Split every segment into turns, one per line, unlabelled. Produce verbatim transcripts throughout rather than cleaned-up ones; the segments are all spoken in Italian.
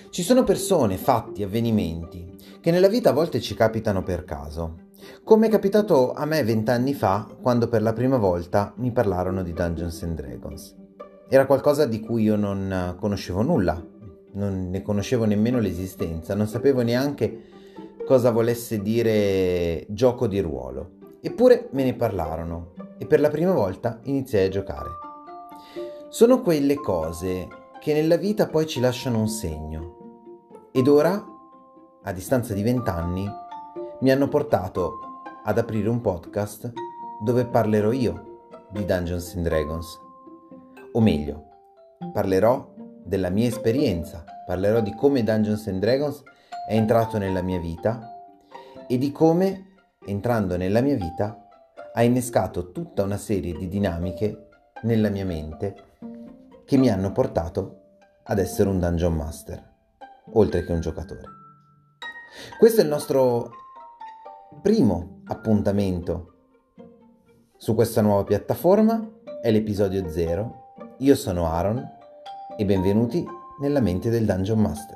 Ci sono persone, fatti, avvenimenti che nella vita a volte ci capitano per caso, come è capitato a me vent'anni fa quando per la prima volta mi parlarono di Dungeons and Dragons. Era qualcosa di cui io non conoscevo nulla, non ne conoscevo nemmeno l'esistenza, non sapevo neanche cosa volesse dire gioco di ruolo. Eppure me ne parlarono e per la prima volta iniziai a giocare. Sono quelle cose che nella vita poi ci lasciano un segno. Ed ora, a distanza di vent'anni, mi hanno portato ad aprire un podcast dove parlerò io di Dungeons and Dragons. O meglio, parlerò della mia esperienza, parlerò di come Dungeons and Dragons è entrato nella mia vita e di come, entrando nella mia vita, ha innescato tutta una serie di dinamiche nella mia mente che mi hanno portato ad essere un Dungeon Master, oltre che un giocatore. Questo è il nostro primo appuntamento su questa nuova piattaforma, è l'episodio zero. Io sono Aaron e benvenuti nella mente del Dungeon Master.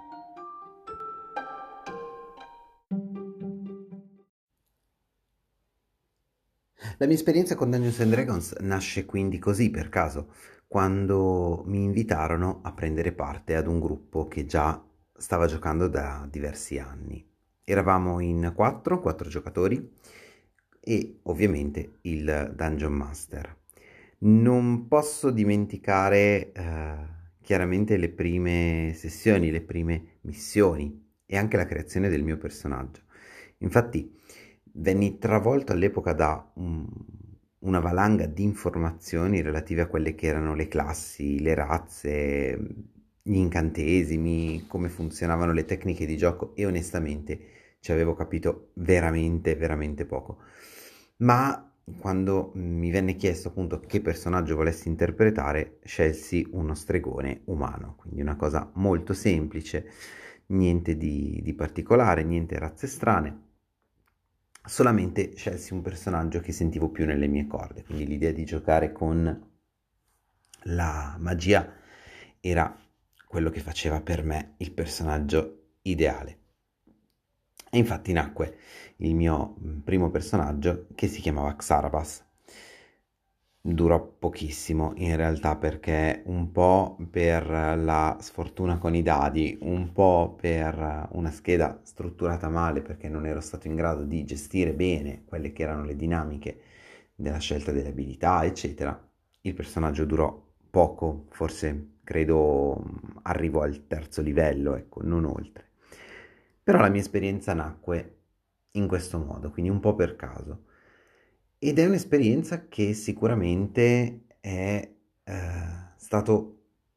La mia esperienza con Dungeons and Dragons nasce quindi così per caso, quando mi invitarono a prendere parte ad un gruppo che già stava giocando da diversi anni. Eravamo in quattro, quattro giocatori e ovviamente il Dungeon Master. Non posso dimenticare eh, chiaramente le prime sessioni, le prime missioni e anche la creazione del mio personaggio. Infatti venni travolto all'epoca da un, una valanga di informazioni relative a quelle che erano le classi, le razze, gli incantesimi, come funzionavano le tecniche di gioco e onestamente ci avevo capito veramente, veramente poco. Ma quando mi venne chiesto appunto che personaggio volessi interpretare, scelsi uno stregone umano, quindi una cosa molto semplice, niente di, di particolare, niente razze strane. Solamente scelsi un personaggio che sentivo più nelle mie corde, quindi l'idea di giocare con la magia era quello che faceva per me il personaggio ideale. E infatti nacque il mio primo personaggio che si chiamava Xarabas. Durò pochissimo in realtà perché un po' per la sfortuna con i dadi, un po' per una scheda strutturata male perché non ero stato in grado di gestire bene quelle che erano le dinamiche della scelta delle abilità, eccetera. Il personaggio durò poco, forse credo arrivò al terzo livello, ecco, non oltre. Però la mia esperienza nacque in questo modo, quindi un po' per caso. Ed è un'esperienza che sicuramente è eh, stato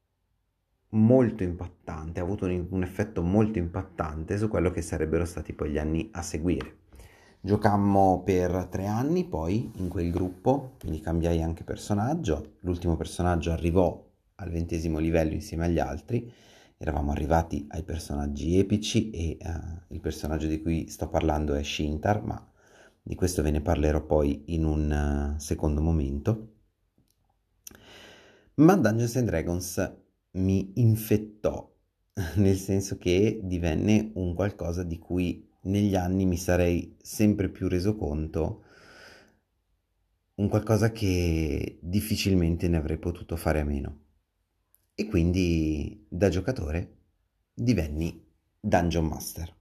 molto impattante, ha avuto un, un effetto molto impattante su quello che sarebbero stati poi gli anni a seguire. Giocammo per tre anni poi in quel gruppo, quindi cambiai anche personaggio. L'ultimo personaggio arrivò al ventesimo livello insieme agli altri. Eravamo arrivati ai personaggi epici e uh, il personaggio di cui sto parlando è Shintar, ma di questo ve ne parlerò poi in un uh, secondo momento. Ma Dungeons and Dragons mi infettò, nel senso che divenne un qualcosa di cui negli anni mi sarei sempre più reso conto, un qualcosa che difficilmente ne avrei potuto fare a meno. E quindi da giocatore divenni Dungeon Master.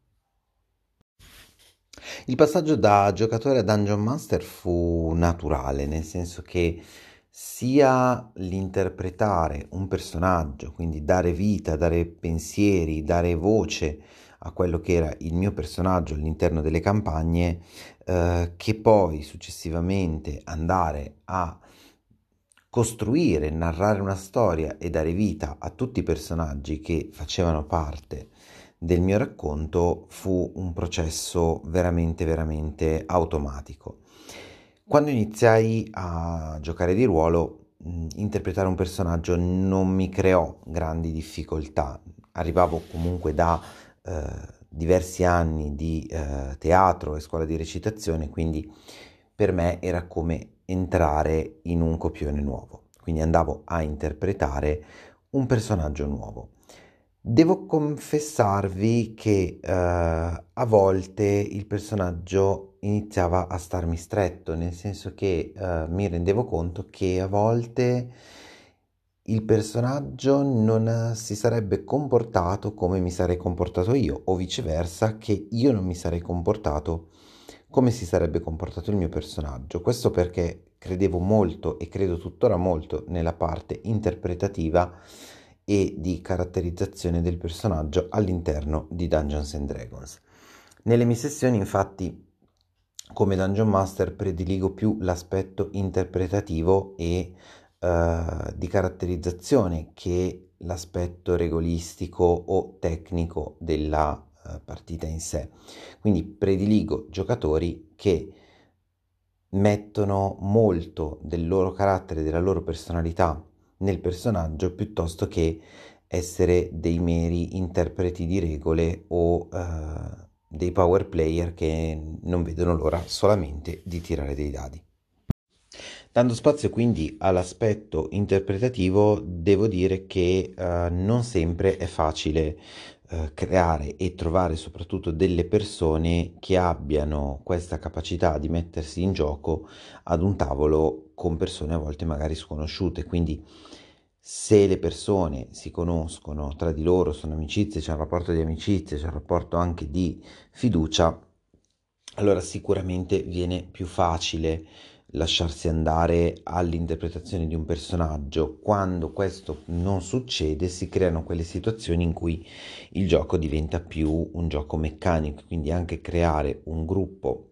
Il passaggio da giocatore a Dungeon Master fu naturale, nel senso che sia l'interpretare un personaggio, quindi dare vita, dare pensieri, dare voce a quello che era il mio personaggio all'interno delle campagne, eh, che poi successivamente andare a costruire, narrare una storia e dare vita a tutti i personaggi che facevano parte del mio racconto fu un processo veramente veramente automatico. Quando iniziai a giocare di ruolo, mh, interpretare un personaggio non mi creò grandi difficoltà. Arrivavo comunque da eh, diversi anni di eh, teatro e scuola di recitazione, quindi per me era come entrare in un copione nuovo. Quindi andavo a interpretare un personaggio nuovo. Devo confessarvi che eh, a volte il personaggio iniziava a starmi stretto, nel senso che eh, mi rendevo conto che a volte il personaggio non eh, si sarebbe comportato come mi sarei comportato io, o viceversa, che io non mi sarei comportato come si sarebbe comportato il mio personaggio. Questo perché credevo molto e credo tuttora molto nella parte interpretativa e di caratterizzazione del personaggio all'interno di Dungeons and Dragons. Nelle mie sessioni, infatti, come Dungeon Master prediligo più l'aspetto interpretativo e eh, di caratterizzazione che l'aspetto regolistico o tecnico della eh, partita in sé. Quindi prediligo giocatori che mettono molto del loro carattere, della loro personalità nel personaggio piuttosto che essere dei meri interpreti di regole o eh, dei power player che non vedono l'ora solamente di tirare dei dadi. Dando spazio quindi all'aspetto interpretativo, devo dire che eh, non sempre è facile eh, creare e trovare soprattutto delle persone che abbiano questa capacità di mettersi in gioco ad un tavolo con persone a volte magari sconosciute. Quindi se le persone si conoscono tra di loro, sono amicizie, c'è un rapporto di amicizia, c'è un rapporto anche di fiducia, allora sicuramente viene più facile lasciarsi andare all'interpretazione di un personaggio. Quando questo non succede, si creano quelle situazioni in cui il gioco diventa più un gioco meccanico, quindi anche creare un gruppo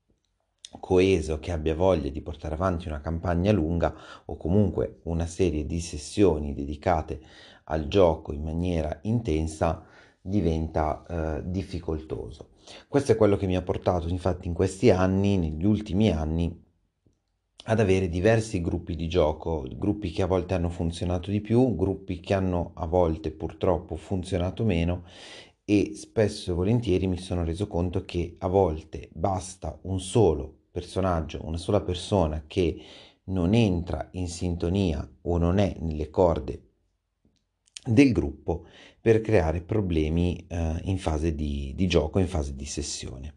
coeso che abbia voglia di portare avanti una campagna lunga o comunque una serie di sessioni dedicate al gioco in maniera intensa diventa eh, difficoltoso. Questo è quello che mi ha portato infatti in questi anni, negli ultimi anni, ad avere diversi gruppi di gioco, gruppi che a volte hanno funzionato di più, gruppi che hanno a volte purtroppo funzionato meno e spesso e volentieri mi sono reso conto che a volte basta un solo personaggio, una sola persona che non entra in sintonia o non è nelle corde del gruppo per creare problemi eh, in fase di, di gioco, in fase di sessione.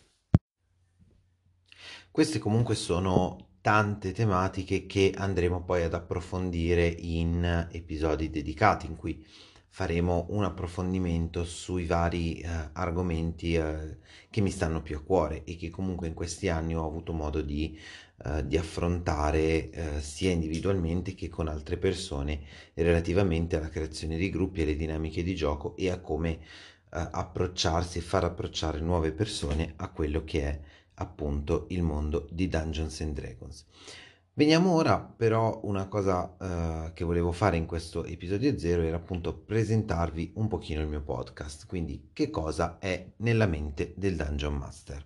Queste comunque sono tante tematiche che andremo poi ad approfondire in episodi dedicati in cui faremo un approfondimento sui vari eh, argomenti eh, che mi stanno più a cuore e che comunque in questi anni ho avuto modo di, eh, di affrontare eh, sia individualmente che con altre persone relativamente alla creazione di gruppi, alle dinamiche di gioco e a come eh, approcciarsi e far approcciare nuove persone a quello che è appunto il mondo di Dungeons and Dragons. Veniamo ora però una cosa eh, che volevo fare in questo episodio zero era appunto presentarvi un pochino il mio podcast, quindi che cosa è nella mente del Dungeon Master.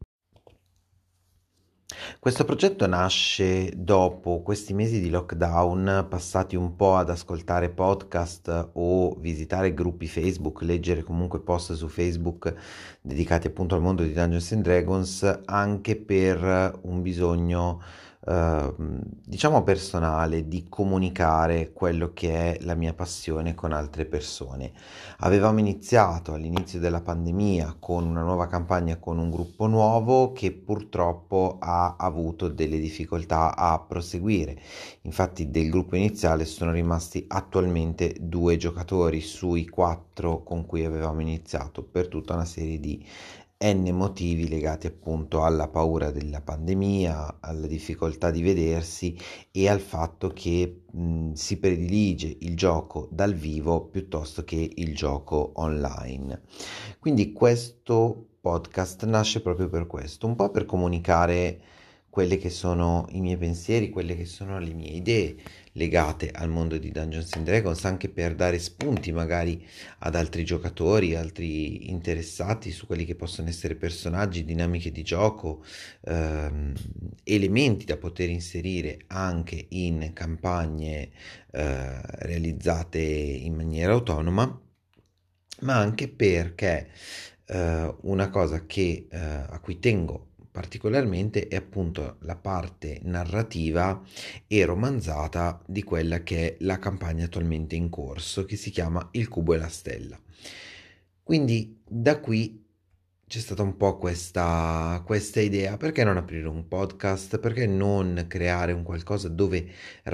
Questo progetto nasce dopo questi mesi di lockdown passati un po' ad ascoltare podcast o visitare gruppi Facebook, leggere comunque post su Facebook dedicati appunto al mondo di Dungeons and Dragons, anche per un bisogno eh, diciamo personale di comunicare quello che è la mia passione con altre persone. Avevamo iniziato all'inizio della pandemia con una nuova campagna con un gruppo nuovo che purtroppo ha avuto delle difficoltà a proseguire. Infatti del gruppo iniziale sono rimasti attualmente due giocatori sui quattro con cui avevamo iniziato per tutta una serie di n motivi legati appunto alla paura della pandemia, alla difficoltà di vedersi e al fatto che mh, si predilige il gioco dal vivo piuttosto che il gioco online. Quindi questo podcast nasce proprio per questo, un po' per comunicare quelle che sono i miei pensieri, quelle che sono le mie idee legate al mondo di Dungeons and Dragons, anche per dare spunti magari ad altri giocatori, altri interessati su quelli che possono essere personaggi, dinamiche di gioco, ehm, elementi da poter inserire anche in campagne eh, realizzate in maniera autonoma, ma anche perché eh, una cosa che, eh, a cui tengo particolarmente è appunto la parte narrativa e romanzata di quella che è la campagna attualmente in corso, che si chiama Il Cubo e la Stella. Quindi da qui c'è stata un po' questa, questa idea: perché non aprire un podcast? Perché non creare un qualcosa dove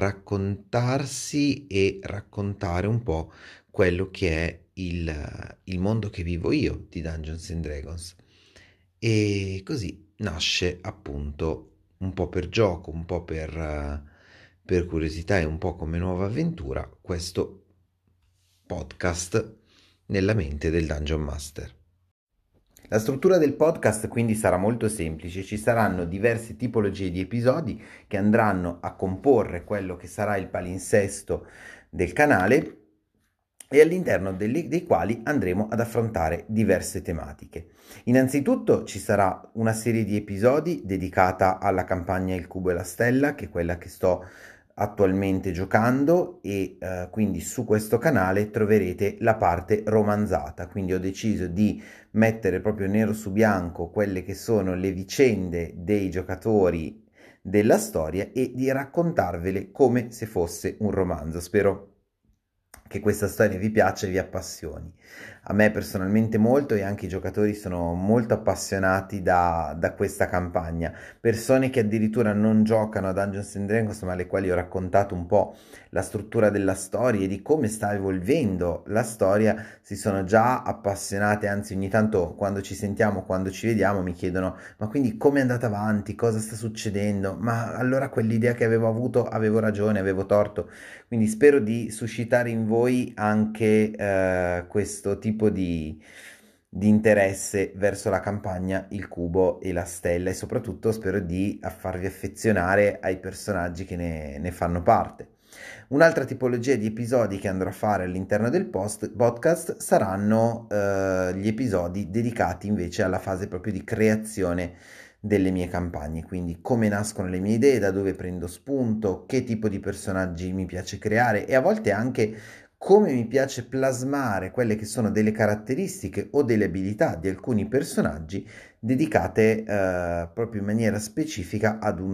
raccontarsi e raccontare un po' quello che è il, il mondo che vivo io di Dungeons and Dragons? E così nasce appunto, un po' per gioco, un po' per, eh, per curiosità e un po' come nuova avventura, questo podcast nella mente del Dungeon Master. La struttura del podcast quindi sarà molto semplice: ci saranno diverse tipologie di episodi che andranno a comporre quello che sarà il palinsesto del canale e all'interno dei, dei quali andremo ad affrontare diverse tematiche. Innanzitutto ci sarà una serie di episodi dedicata alla campagna Il Cubo e la Stella, che è quella che sto attualmente giocando, e eh, quindi su questo canale troverete la parte romanzata. Quindi ho deciso di mettere proprio nero su bianco quelle che sono le vicende dei giocatori della storia e di raccontarvele come se fosse un romanzo. Spero che questa storia vi piaccia e vi appassioni. A me personalmente molto, e anche i giocatori sono molto appassionati da, da questa campagna. Persone che addirittura non giocano a Dungeons and Dragons, ma alle quali ho raccontato un po' la struttura della storia e di come sta evolvendo la storia, si sono già appassionate. Anzi, ogni tanto quando ci sentiamo, quando ci vediamo, mi chiedono: ma quindi come è andata avanti? Cosa sta succedendo? Ma allora quell'idea che avevo avuto, avevo ragione, avevo torto? Quindi spero di suscitare in voi anche eh, questo tipo di, di interesse verso la campagna Il Cubo e la Stella, e soprattutto spero di farvi affezionare ai personaggi che ne, ne fanno parte. Un'altra tipologia di episodi che andrò a fare all'interno del post, podcast saranno eh, gli episodi dedicati invece alla fase proprio di creazione delle mie campagne, quindi come nascono le mie idee, da dove prendo spunto, che tipo di personaggi mi piace creare, e a volte anche come mi piace plasmare quelle che sono delle caratteristiche o delle abilità di alcuni personaggi dedicate eh, proprio in maniera specifica ad un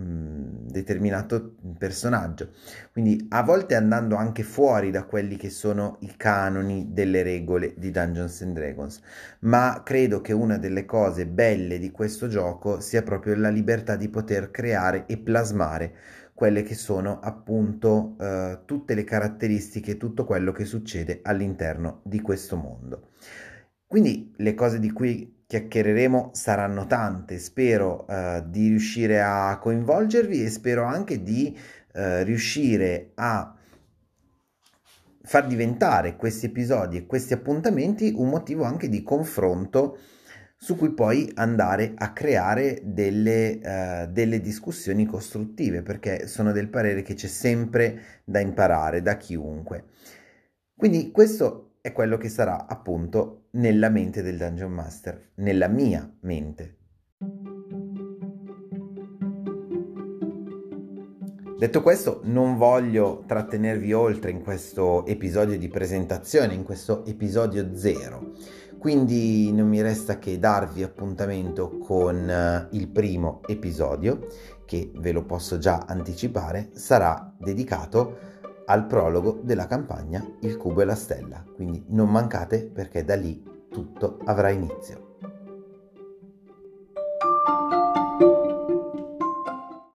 mh, determinato personaggio. Quindi a volte andando anche fuori da quelli che sono i canoni delle regole di Dungeons and Dragons, ma credo che una delle cose belle di questo gioco sia proprio la libertà di poter creare e plasmare quelle che sono appunto eh, tutte le caratteristiche, tutto quello che succede all'interno di questo mondo. Quindi le cose di cui chiacchiereremo saranno tante. Spero eh, di riuscire a coinvolgervi e spero anche di eh, riuscire a far diventare questi episodi e questi appuntamenti un motivo anche di confronto, su cui poi andare a creare delle, uh, delle discussioni costruttive, perché sono del parere che c'è sempre da imparare da chiunque. Quindi questo è quello che sarà appunto nella mente del Dungeon Master, nella mia mente. Detto questo, non voglio trattenervi oltre in questo episodio di presentazione, in questo episodio zero. Quindi non mi resta che darvi appuntamento con uh, il primo episodio, che ve lo posso già anticipare, sarà dedicato al prologo della campagna Il Cubo e la Stella. Quindi non mancate, perché da lì tutto avrà inizio.